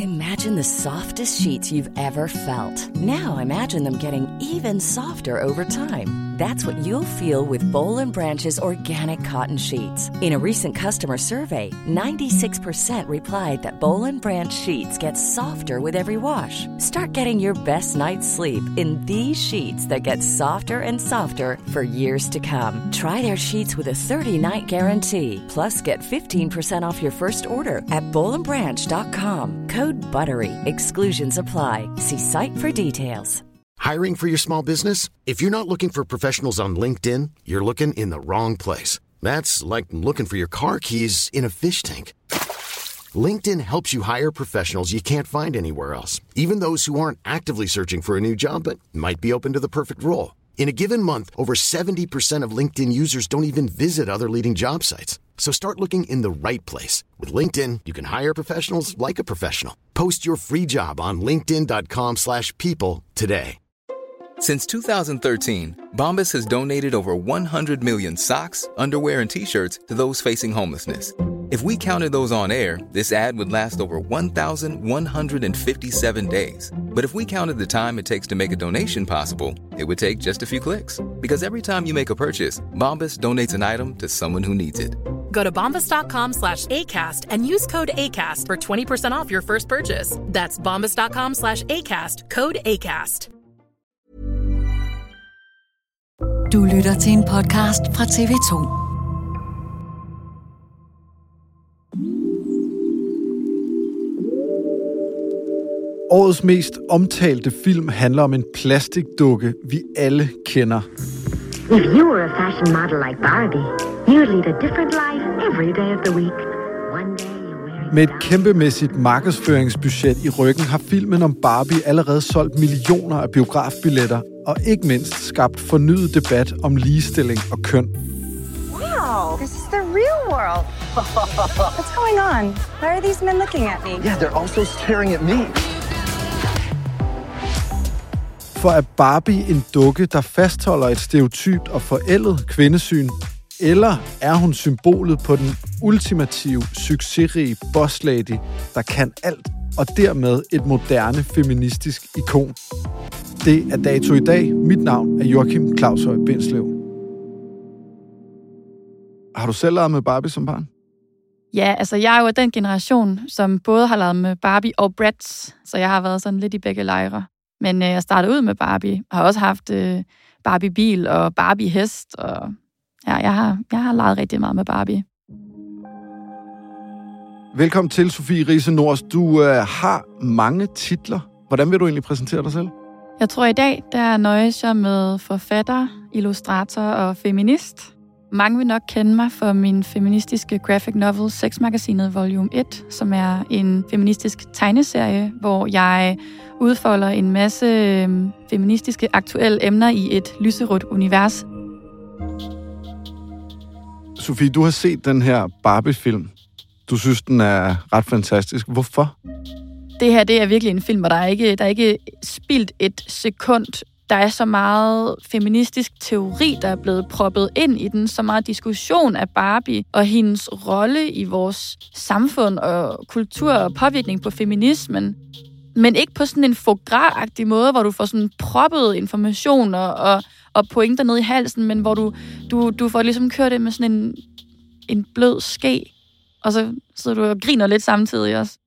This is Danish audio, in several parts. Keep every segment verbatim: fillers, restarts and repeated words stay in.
Imagine the softest sheets you've ever felt. Now imagine them getting even softer over time. That's what you'll feel with Boll and Branch's organic cotton sheets. In a recent customer survey, ninety-six percent replied that Boll and Branch sheets get softer with every wash. Start getting your best night's sleep in these sheets that get softer and softer for years to come. Try their sheets with a thirty-night guarantee. Plus, get fifteen percent off your first order at boll and branch dot com. Code BUTTERY. Exclusions apply. See site for details. Hiring for your small business? If you're not looking for professionals on LinkedIn, you're looking in the wrong place. That's like looking for your car keys in a fish tank. LinkedIn helps you hire professionals you can't find anywhere else, even those who aren't actively searching for a new job but might be open to the perfect role. In a given month, over seventy percent of LinkedIn users don't even visit other leading job sites. So start looking in the right place. With LinkedIn, you can hire professionals like a professional. Post your free job on linkedin dot com slash people today. Since two thousand thirteen, Bombas has donated over one hundred million socks, underwear, and T-shirts to those facing homelessness. If we counted those on air, this ad would last over one thousand one hundred fifty-seven days. But if we counted the time it takes to make a donation possible, it would take just a few clicks. Because every time you make a purchase, Bombas donates an item to someone who needs it. Go to bombas dot com slash ACAST and use code ACAST for twenty percent off your first purchase. That's bombas dot com slash ACAST. Code ACAST. Du lytter til en podcast fra T V to. Årets mest omtalte film handler om en plastikdukke, vi alle kender. If you were a fashion model like Barbie, you'd lead a different life every day of the week. One day you're wearing... Med et kæmpemæssigt markedsføringsbudget i ryggen har filmen om Barbie allerede solgt millioner af biografbilletter og ikke mindst skabt fornyet debat om ligestilling og køn. Wow, this is the real world. What's going on? Why are these men looking at me? Yeah, they're also staring at me. For er Barbie en dukke, der fastholder et stereotypt og forældet kvindesyn, eller er hun symbolet på den ultimative, succesrige bosslady, der kan alt, og dermed et moderne feministisk ikon? Det er Dato i dag. Mit navn er Joachim Claushøj Bindslev. Har du selv leget med Barbie som barn? Ja, altså jeg er jo af den generation, som både har leget med Barbie og Bratz, så jeg har været sådan lidt i begge lejre. Men øh, jeg startede ud med Barbie, og har også haft øh, Barbie-bil og Barbie-hest, og ja, jeg har, jeg har leget rigtig meget med Barbie. Velkommen til, Sofie Riise Nors. Du øh, har mange titler. Hvordan vil du egentlig præsentere dig selv? Jeg tror i dag, der nøjes jeg med forfatter, illustrator og feminist. Mange vil nok kende mig for min feministiske graphic novel Sexmagasinet Volume et, som er en feministisk tegneserie, hvor jeg udfolder en masse feministiske aktuelle emner i et lyserødt univers. Sofie, du har set den her Barbie-film. Du synes, den er ret fantastisk. Hvorfor? Det her, det er virkelig en film, hvor der er ikke, der er ikke spildt et sekund. Der er så meget feministisk teori, der er blevet proppet ind i den, så meget diskussion af Barbie og hendes rolle i vores samfund og kultur og påvirkning på feminismen. Men ikke på sådan en foie-gras-agtig måde, hvor du får sådan proppet informationer og, og pointer ned i halsen, men hvor du, du, du får ligesom kørt det med sådan en, en blød ske, og så sidder du og griner lidt samtidig også.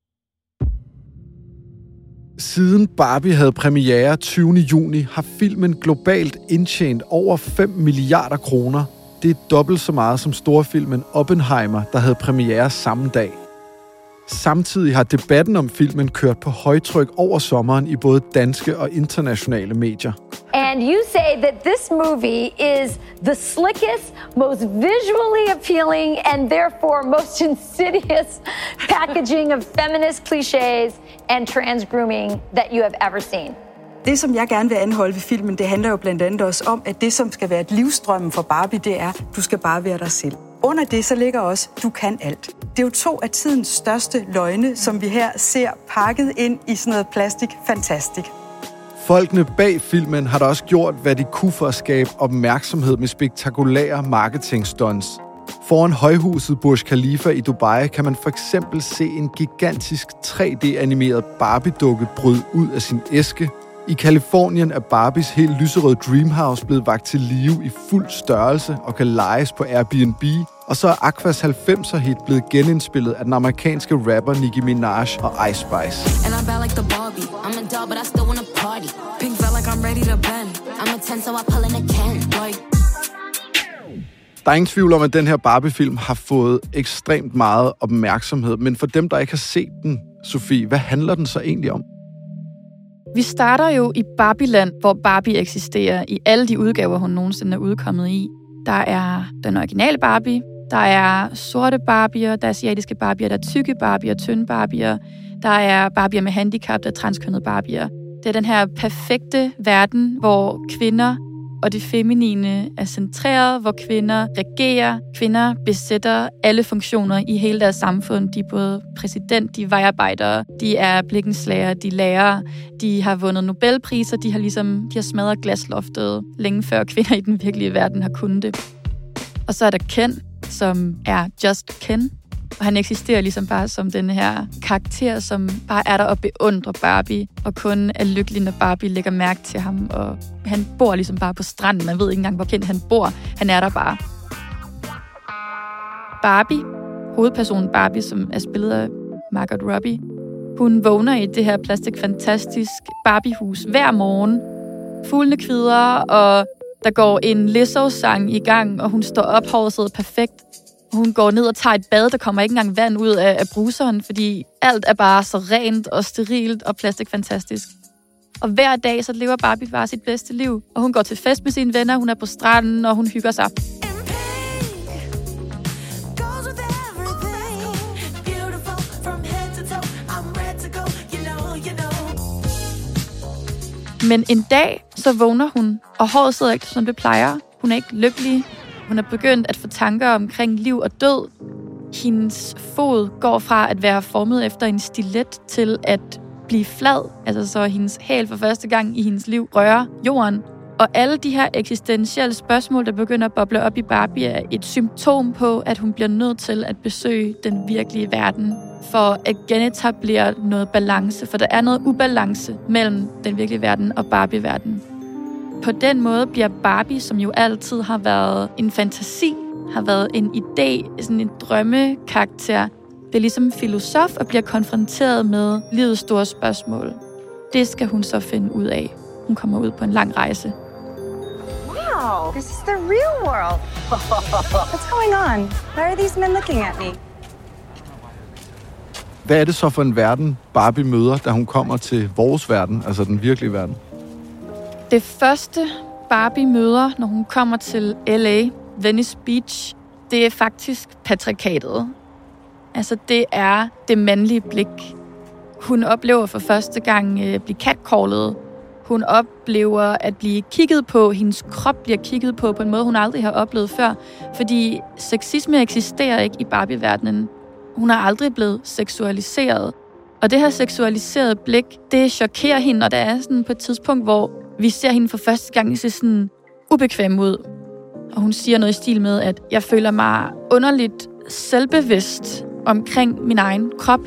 Siden Barbie havde premiere tyvende juni, har filmen globalt indtjent over fem milliarder kroner. Det er dobbelt så meget som storfilmen Oppenheimer, der havde premiere samme dag. Samtidig har debatten om filmen kørt på højtryk over sommeren i både danske og internationale medier. And you say that this movie is the slickest, most visually appealing, and therefore most insidious packaging of feminist cliches and trans grooming that you have ever seen. Det, som jeg gerne vil anholde ved filmen, det handler jo blandt andet også om, at det, som skal være et livsdrømmen for Barbie, det er, du skal bare være dig selv. Under det, så ligger også, du kan alt. Det er jo to af tidens største løgne, som vi her ser pakket ind i sådan noget plastik fantastisk. Folkene bag filmen har da også gjort, hvad de kunne for at skabe opmærksomhed med spektakulære marketing stunts. Foran højhuset Burj Khalifa i Dubai kan man for eksempel se en gigantisk tre D-animeret Barbie-dukke bryde ud af sin æske. I Californien er Barbies helt lyserøde Dreamhouse blevet vakt til live i fuld størrelse og kan lejes på Airbnb. Og så er Aquas halvfemser-hit blevet genindspillet af den amerikanske rapper Nicki Minaj og Ice Spice. Der er ingen tvivl om, at den her Barbie-film har fået ekstremt meget opmærksomhed. Men for dem, der ikke har set den, Sofie, hvad handler den så egentlig om? Vi starter jo i Barbieland, hvor Barbie eksisterer i alle de udgaver, hun nogensinde er udkommet i. Der er den originale Barbie, der er sorte Barbier, der er asiatiske Barbier, der er tykke Barbier, tynde Barbier, der er Barbier med handicap, der er transkønnede Barbier. Det er den her perfekte verden, hvor kvinder og det feminine er centreret, hvor kvinder regerer, kvinder besætter alle funktioner i hele deres samfund. De er både præsident, de er vejarbejdere, de er blikkenslager, de er lærere, de har vundet Nobelpriser, de har ligesom de har smadret glasloftet længe før kvinder i den virkelige verden har kunnet det. Og så er der Ken, som er Just Ken, og han eksisterer ligesom bare som den her karakter, som bare er der og beundrer Barbie, og kun er lykkelig, når Barbie lægger mærke til ham, og han bor ligesom bare på stranden. Man ved ikke engang, hvor kendt han bor. Han er der bare. Barbie, hovedpersonen Barbie, som er spillet af Margot Robbie, hun vågner i det her plastikfantastisk Barbie-hus hver morgen. Fuglene kvidrer, og der går en Lizzo-sang i gang, og hun står op, håret sidder perfekt. Hun går ned og tager et bad, der kommer ikke engang vand ud af, af bruseren, fordi alt er bare så rent og sterilt og plastikfantastisk. Og hver dag, så lever Barbie bare sit bedste liv. Og hun går til fest med sine venner, hun er på stranden, og hun hygger sig. Men en dag, så vågner hun, og håret sidder ikke, som det plejer. Hun er ikke lykkelig. Hun er begyndt at få tanker omkring liv og død. Hendes fod går fra at være formet efter en stilet til at blive flad. Altså så hendes hæl for første gang i hendes liv rører jorden. Og alle de her eksistentielle spørgsmål, der begynder at boble op i Barbie, er et symptom på, at hun bliver nødt til at besøge den virkelige verden for at genetablere noget balance. For der er noget ubalance mellem den virkelige verden og Barbie-verdenen. På den måde bliver Barbie, som jo altid har været en fantasi, har været en idé, sådan en drømmekarakter, bliver ligesom filosof og bliver konfronteret med livets store spørgsmål. Det skal hun så finde ud af. Hun kommer ud på en lang rejse. Wow, this is the real world. What's going on? Why are these men looking at me? Hvad er det så for en verden, Barbie møder, da hun kommer til vores verden, altså den virkelige verden? Det første Barbie møder, når hun kommer til L A, Venice Beach, det er faktisk patriarkatet. Altså, det er det mandlige blik. Hun oplever for første gang at blive catcallet. Hun oplever at blive kigget på. Hendes krop bliver kigget på på en måde, hun aldrig har oplevet før. Fordi sexisme eksisterer ikke i Barbie-verdenen. Hun er aldrig blevet seksualiseret. Og det her seksualiserede blik, det chokerer hende, og der er sådan på et tidspunkt, hvor vi ser hende for første gang se sådan ubekvem ud. Og hun siger noget i stil med, at jeg føler mig underligt selvbevidst omkring min egen krop.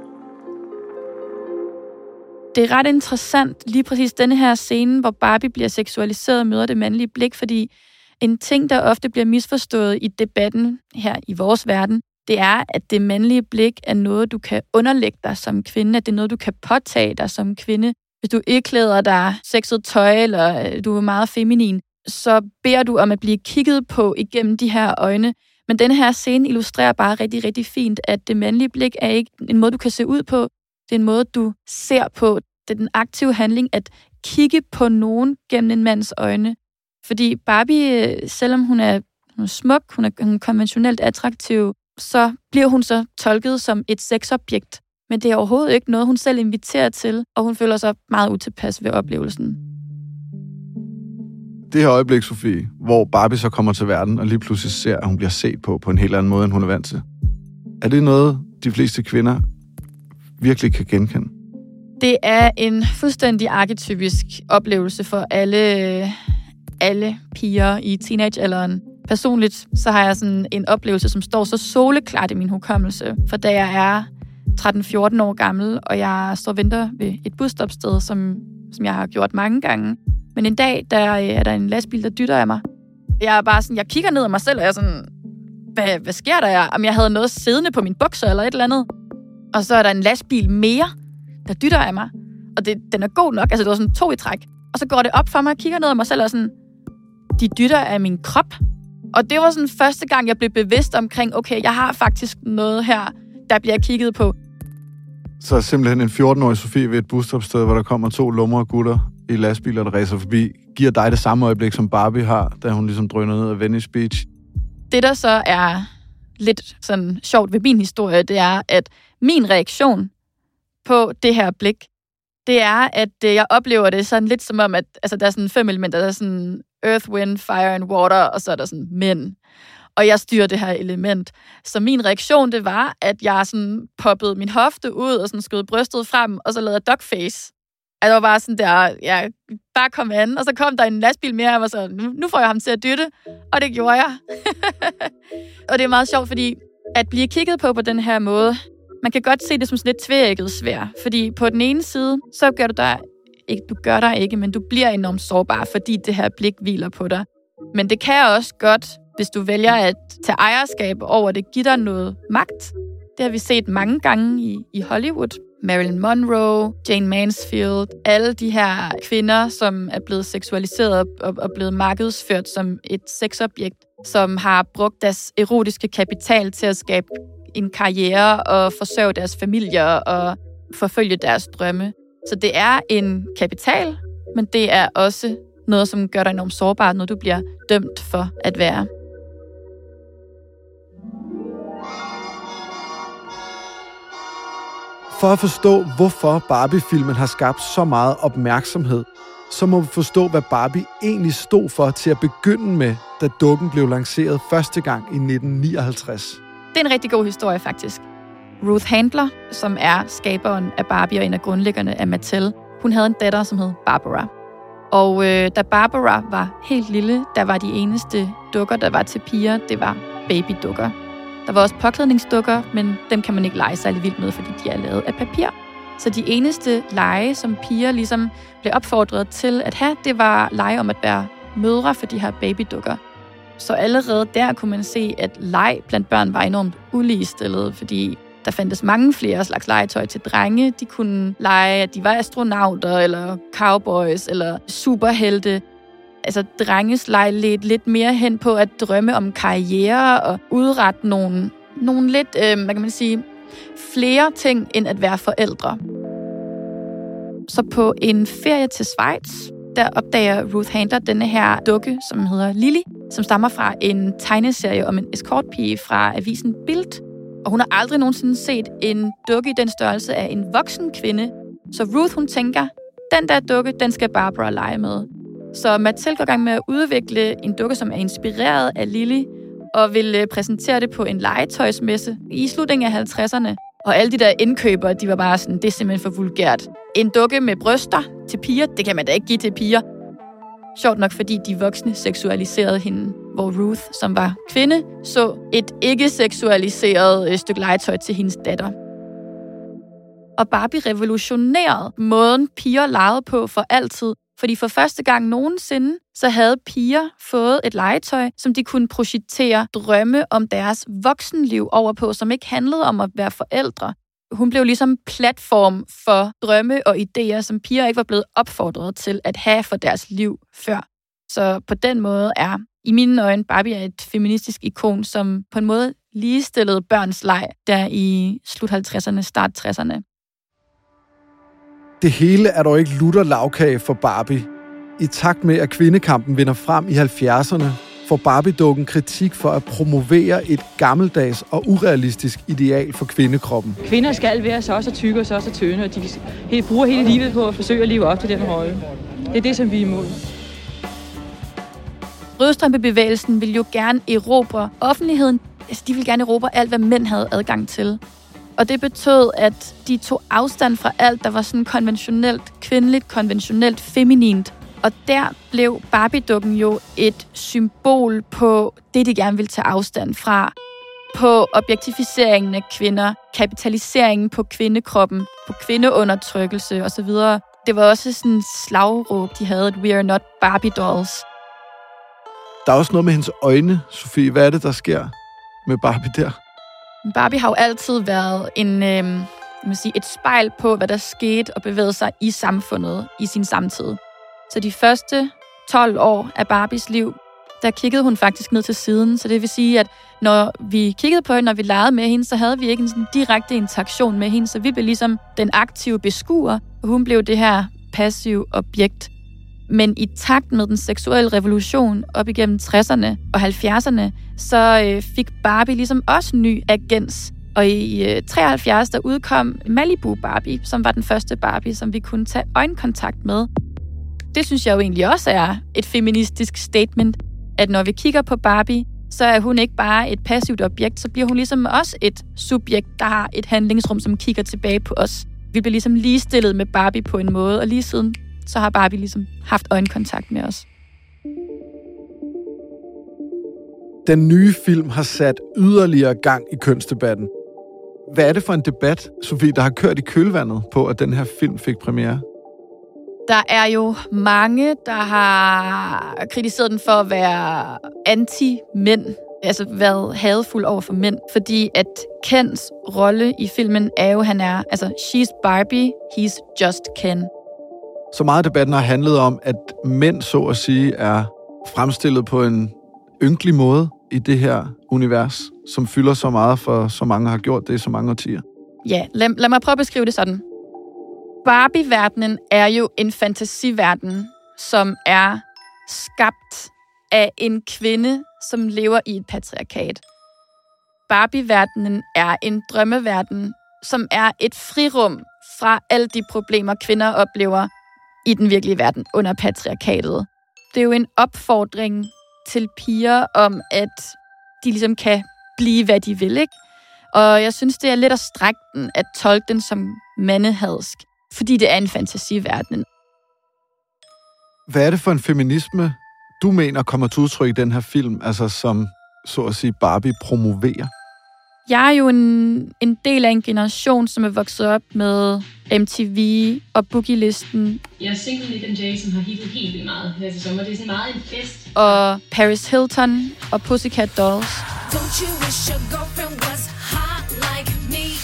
Det er ret interessant, lige præcis denne her scene, hvor Barbie bliver seksualiseret og møder det mandlige blik, fordi en ting, der ofte bliver misforstået i debatten her i vores verden, det er, at det mandlige blik er noget, du kan underlægge dig som kvinde, at det er noget, du kan påtage dig som kvinde. Hvis du ikke klæder dig sexet tøj, eller du er meget feminin, så beder du om at blive kigget på igennem de her øjne. Men denne her scene illustrerer bare rigtig, rigtig fint, at det mandlige blik er ikke en måde, du kan se ud på. Det er en måde, du ser på. Det er den aktive handling at kigge på nogen gennem en mands øjne. Fordi Barbie, selvom hun er, hun er smuk, hun er, hun er konventionelt attraktiv, så bliver hun så tolket som et sexobjekt. Men det er overhovedet ikke noget, hun selv inviterer til, og hun føler sig meget utilpas ved oplevelsen. Det her øjeblik, Sofie, hvor Barbie så kommer til verden, og lige pludselig ser, at hun bliver set på på en helt anden måde, end hun er vant til. Er det noget, de fleste kvinder virkelig kan genkende? Det er en fuldstændig arketypisk oplevelse for alle, alle piger i teenagealderen. Personligt så har jeg sådan en oplevelse, som står så soleklart i min hukommelse, for da jeg er tretten fjorten år gammel, og jeg står og venter ved et busstopsted, som, som jeg har gjort mange gange. Men en dag, der er der en lastbil, der dytter af mig. Jeg er bare sådan, jeg kigger ned af mig selv, og jeg er sådan, hvad, hvad sker der? Om jeg havde noget siddende på min bukser eller et eller andet. Og så er der en lastbil mere, der dytter af mig. Og det, den er god nok, altså det var sådan to i træk. Og så går det op for mig, og kigger ned af mig selv, og sådan, de dytter af min krop. Og det var sådan første gang, jeg blev bevidst omkring, okay, jeg har faktisk noget her, der bliver kigget på. Så simpelthen en fjorten-årig Sofie ved et busstopsted, hvor der kommer to lumre gutter i lastbiler, der racer forbi, giver dig det samme øjeblik, som Barbie har, da hun ligesom drøner ned af Venice Beach. Det, der så er lidt sådan sjovt ved min historie, det er, at min reaktion på det her blik, det er, at jeg oplever det sådan lidt som om, at altså, der er sådan fem elementer, der er sådan earth, wind, fire and water, og så er der sådan mænd. Og jeg styrer det her element. Så min reaktion, det var, at jeg sådan poppede min hofte ud, og sådan skød brystet frem, og så lavede jeg dogface. Altså, det var bare sådan der, ja, bare kom an. Og så kom der en lastbil mere, og så, nu, nu får jeg ham til at dytte. Og det gjorde jeg. Og det er meget sjovt, fordi at blive kigget på på den her måde, man kan godt se det som sådan lidt tvækket svær. Fordi på den ene side, så gør du dig ikke, du gør dig ikke, men du bliver enormt sårbar, fordi det her blik hviler på dig. Men det kan også godt, hvis du vælger at tage ejerskab over det, give dig noget magt. Det har vi set mange gange i, i Hollywood. Marilyn Monroe, Jane Mansfield, alle de her kvinder, som er blevet seksualiseret og, og blevet markedsført som et sexobjekt, som har brugt deres erotiske kapital til at skabe en karriere og forsørge deres familier og forfølge deres drømme. Så det er en kapital, men det er også noget, som gør dig enormt sårbar, når du bliver dømt for at være. For at forstå, hvorfor Barbie-filmen har skabt så meget opmærksomhed, så må vi forstå, hvad Barbie egentlig stod for til at begynde med, da dukken blev lanceret første gang i nitten nioghalvtreds. Det er en rigtig god historie, faktisk. Ruth Handler, som er skaberen af Barbie og en af grundlæggerne af Mattel, hun havde en datter, som hed Barbara. Og øh, da Barbara var helt lille, der var de eneste dukker, der var til piger, det var babydukker. Der var også påklædningsdukker, men dem kan man ikke lege særlig vildt med, fordi de er lavet af papir. Så de eneste lege, som piger ligesom blev opfordret til at have, det var lege om at være mødre for de her babydukker. Så allerede der kunne man se, at leg blandt børn var enormt uligestillet, fordi der fandtes mange flere slags legetøj til drenge. De kunne lege, at de var astronauter, eller cowboys, eller superhelte. Altså, drenges leg lidt, lidt mere hen på at drømme om karriere og udrette nogle, nogle lidt, øh, hvad kan man sige, flere ting end at være forældre. Så på en ferie til Schweiz, der opdager Ruth Handler denne her dukke, som hedder Lily, som stammer fra en tegneserie om en escortpige fra avisen Bild. Og hun har aldrig nogensinde set en dukke i den størrelse af en voksen kvinde. Så Ruth, hun tænker, den der dukke, den skal Barbara lege med. Så Mattel går i gang med at udvikle en dukke, som er inspireret af Lily, og vil præsentere det på en legetøjsmesse i slutningen af halvtredserne. Og alle de der indkøbere, de var bare sådan, det er simpelthen for vulgært. En dukke med bryster til piger, det kan man da ikke give til piger. Sjovt nok, fordi de voksne seksualiserede hende, hvor Ruth, som var kvinde, så et ikke-seksualiseret stykke legetøj til hendes datter. Og Barbie revolutionerede måden, piger legede på for altid. Fordi for første gang nogensinde, så havde piger fået et legetøj, som de kunne projicere drømme om deres voksenliv over på, som ikke handlede om at være forældre. Hun blev ligesom platform for drømme og idéer, som piger ikke var blevet opfordret til at have for deres liv før. Så på den måde er, i mine øjne, Barbie er et feministisk ikon, som på en måde ligestillede børns leg der i slut halvtredserne, start tresserne. Det hele er dog ikke lutter lavkage for Barbie. I takt med, at kvindekampen vinder frem i halvfjerdserne, får Barbie-dukken kritik for at promovere et gammeldags og urealistisk ideal for kvindekroppen. Kvinder skal være så også tykke og så også tynde, og de bruger hele livet på at forsøge at leve op til den rolle. Det er det, som vi er imod. Rødstrømpebevægelsen vil jo gerne erobre offentligheden. Altså, de vil gerne erobre alt, hvad mænd havde adgang til. Og det betød, at de tog afstand fra alt, der var sådan konventionelt kvindeligt, konventionelt feminint. Og der blev Barbie-dukken jo et symbol på det, de gerne ville tage afstand fra. På objektificeringen af kvinder, kapitaliseringen på kvindekroppen, på kvindeundertrykkelse osv. Det var også sådan en slagråb, de havde, at we are not Barbie dolls. Der er også noget med hendes øjne, Sofie. Hvad er det, der sker med Barbie der? Barbie har jo altid været en, øh, man sige, et spejl på, hvad der skete og bevægede sig i samfundet i sin samtid. Så de første tolv år af Barbies liv, der kiggede hun faktisk ned til siden. Så det vil sige, at når vi kiggede på hende, når vi legede med hende, så havde vi ikke en sådan direkte interaktion med hende. Så vi blev ligesom den aktive beskuer, og hun blev det her passive objekt. Men i takt med den seksuelle revolution op igennem tresserne og halvfjerdserne, så øh, fik Barbie ligesom også ny agens. Og i øh, treoghalvfjerds, der udkom Malibu Barbie, som var den første Barbie, som vi kunne tage øjenkontakt med. Det synes jeg jo egentlig også er et feministisk statement, at når vi kigger på Barbie, så er hun ikke bare et passivt objekt, så bliver hun ligesom også et subjekt, der har et handlingsrum, som kigger tilbage på os. Vi bliver ligesom ligestillet med Barbie på en måde, og lige siden så har Barbie ligesom haft øjenkontakt med os. Den nye film har sat yderligere gang i kønsdebatten. Hvad er det for en debat, Sofie, der har kørt i kølvandet på, at den her film fik premiere? Der er jo mange, der har kritiseret den for at være anti-mænd, altså været hadfuld over for mænd, fordi at Kens rolle i filmen er jo, han er, altså, she's Barbie, he's just Ken. Så meget af debatten har handlet om, at mænd, så at sige, er fremstillet på en ynkelig måde i det her univers, som fylder så meget for så mange har gjort det i så mange årtier. Ja, lad, lad mig prøve at beskrive det sådan. Barbie-verdenen er jo en fantasiverden, som er skabt af en kvinde, som lever i et patriarkat. Barbie-verdenen er en drømmeverden, som er et frirum fra alle de problemer, kvinder oplever i den virkelige verden under patriarkatet. Det er jo en opfordring til piger om, at de ligesom kan blive, hvad de vil, ikke? Og jeg synes, det er lidt at strække den, at tolke den som mandehadsk, fordi det er en fantasiverden. Hvad er det for en feminisme, du mener kommer til udtryk i den her film, altså som, så at sige, Barbie promoverer? Jeg er jo en, en del af en generation, som er vokset op med M T V og Boogie-listen. Jeg er single Nick and Jay, som har hittet helt vildt meget her til sommer. Det er sådan meget en fest. Og Paris Hilton og Pussycat Dolls. Don't you wish your girlfriend was hot like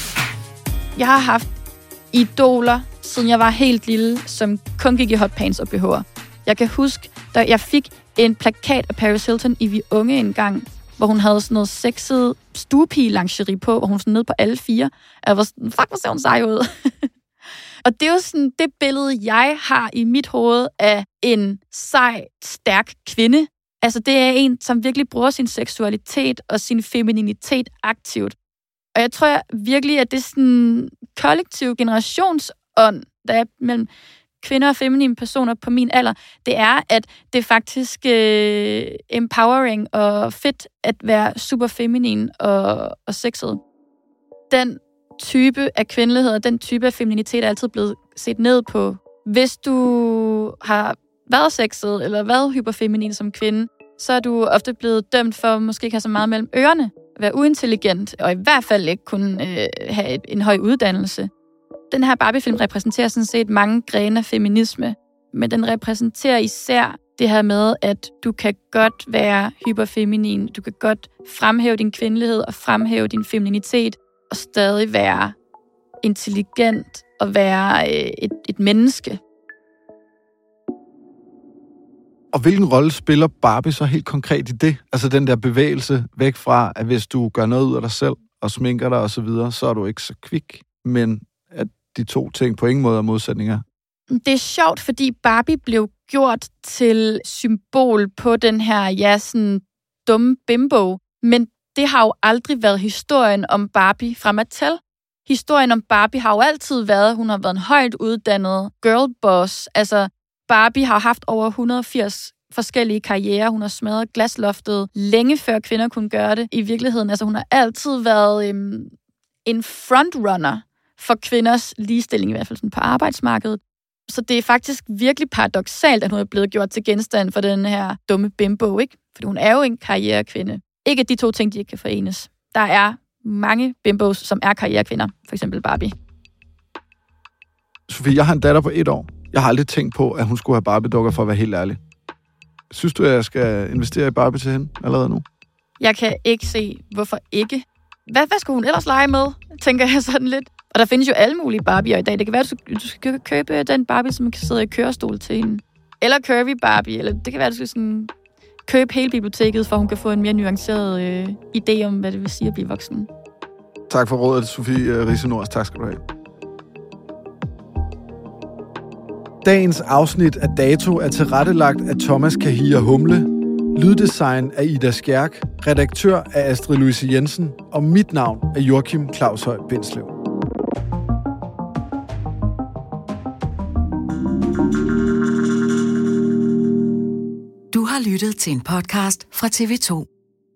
me? Jeg har haft idoler, siden jeg var helt lille, som kun gik i hotpants og B H'er. Jeg kan huske, da jeg fik en plakat af Paris Hilton i Vi Unge engang, hvor hun havde sådan noget sexet stuepige-lingerie på, hvor hun var sådan nede på alle fire. Jeg var sådan, fuck, hvor ser hun sej ud. Og det er jo sådan det billede, jeg har i mit hoved af en sej, stærk kvinde. Altså, det er en, som virkelig bruger sin seksualitet og sin femininitet aktivt. Og jeg tror jeg virkelig, at det er sådan en kollektiv generationsånd, der er mellem kvinder og feminine personer på min alder, det er, at det er faktisk øh, empowering og fedt at være super feminin og, og sexet. Den type af kvindelighed og den type af femininitet er altid blevet set ned på. Hvis du har været sexet eller været hyperfeminin som kvinde, så er du ofte blevet dømt for at måske ikke have så meget mellem ørerne, være uintelligent og i hvert fald ikke kunne øh, have et, en høj uddannelse. Den her Barbie-film repræsenterer sådan set mange grene af feminisme, men den repræsenterer især det her med, at du kan godt være hyperfeminin, du kan godt fremhæve din kvindelighed og fremhæve din femininitet, og stadig være intelligent og være øh, et, et menneske. Og hvilken rolle spiller Barbie så helt konkret i det? Altså den der bevægelse væk fra, at hvis du gør noget ud af dig selv og sminker dig osv., så, så er du ikke så kvik, men at de to ting på ingen måde er modsætninger. Det er sjovt, fordi Barbie blev gjort til symbol på den her, ja, sådan dumme bimbo, men det har jo aldrig været historien om Barbie fra Mattel. Historien om Barbie har jo altid været, hun har været en højt uddannet girlboss. Altså, Barbie har haft over et hundrede og firs forskellige karrierer. Hun har smadret glasloftet længe før kvinder kunne gøre det. I virkeligheden, altså hun har altid været øhm, en frontrunner for kvinders ligestilling, i hvert fald sådan på arbejdsmarkedet. Så det er faktisk virkelig paradoksalt, at hun er blevet gjort til genstand for den her dumme bimbo, ikke? For hun er jo en karrierekvinde. Ikke at de to ting, de ikke kan forenes. Der er mange bimbos, som er karrierekvinder. For eksempel Barbie. Sofie, jeg har en datter på et år. Jeg har aldrig tænkt på, at hun skulle have Barbie-dukker, for at være helt ærlig. Synes du, at jeg skal investere i Barbie til hende allerede nu? Jeg kan ikke se, hvorfor ikke. Hvad, hvad skulle hun ellers lege med, tænker jeg sådan lidt. Og der findes jo alle mulige Barbier i dag. Det kan være, at du, du skal købe den Barbie, som kan sidde i kørestol til hende. Eller Curvy Barbie. Eller det kan være, at du skal sådan købe hele biblioteket, for hun kan få en mere nuanceret øh, idé om, hvad det vil sige at blive voksen. Tak for rådet, Sofie Risenors. Tak skal du have. Dagens afsnit af Dato er tilrettelagt af Thomas Kahir Humle, lyddesign af Ida Skjærk, redaktør af Astrid Louise Jensen, og mit navn er Joachim Claus Høj Bindslev. Du har lyttet til en podcast fra T V to.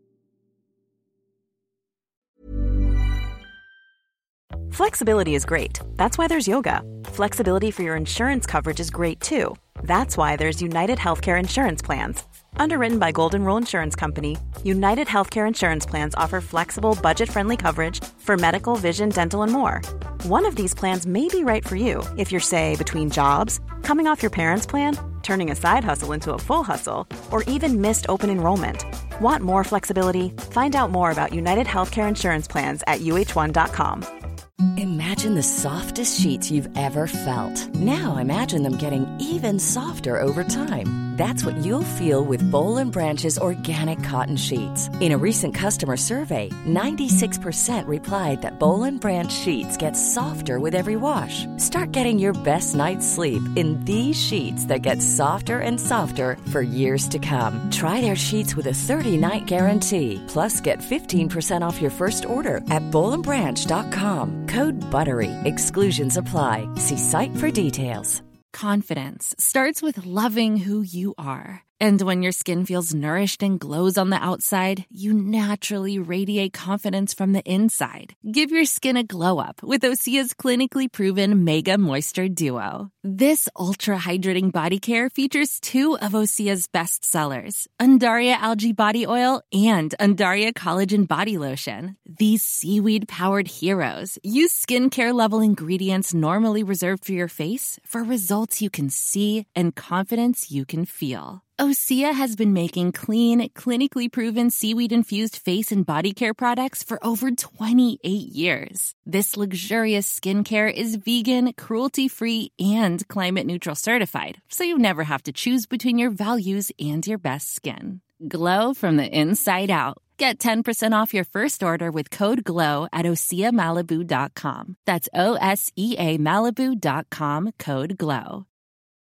Flexibility is great. That's why there's yoga. Flexibility for your insurance coverage is great too. That's why there's United Healthcare Insurance Plans. Underwritten by Golden Rule Insurance Company, United Healthcare Insurance Plans offer flexible, budget-friendly coverage for medical, vision, dental, and more. One of these plans may be right for you if you're, say, between jobs, coming off your parents' plan, turning a side hustle into a full hustle, or even missed open enrollment. Want more flexibility? Find out more about United Healthcare Insurance Plans at U H one dot com. Imagine the softest sheets you've ever felt. Now imagine them getting even softer over time. That's what you'll feel with Boll and Branch's organic cotton sheets. In a recent customer survey, ninety-six percent replied that Boll and Branch sheets get softer with every wash. Start getting your best night's sleep in these sheets that get softer and softer for years to come. Try their sheets with a thirty-night guarantee. Plus, get fifteen percent off your first order at boll and branch dot com. Code BUTTERY. Exclusions apply. See site for details. Confidence starts with loving who you are. And when your skin feels nourished and glows on the outside, you naturally radiate confidence from the inside. Give your skin a glow up with Osea's clinically proven Mega Moisture Duo. This ultra-hydrating body care features two of Osea's best sellers, Undaria Algae Body Oil and Undaria Collagen Body Lotion. These seaweed-powered heroes use skincare-level ingredients normally reserved for your face for results you can see and confidence you can feel. Osea has been making clean, clinically proven seaweed-infused face and body care products for over twenty-eight years. This luxurious skincare is vegan, cruelty-free, and climate-neutral certified, so you never have to choose between your values and your best skin. Glow from the inside out. Get ten percent off your first order with code GLOW at osea malibu dot com. That's O S E A Malibu dot com, code GLOW.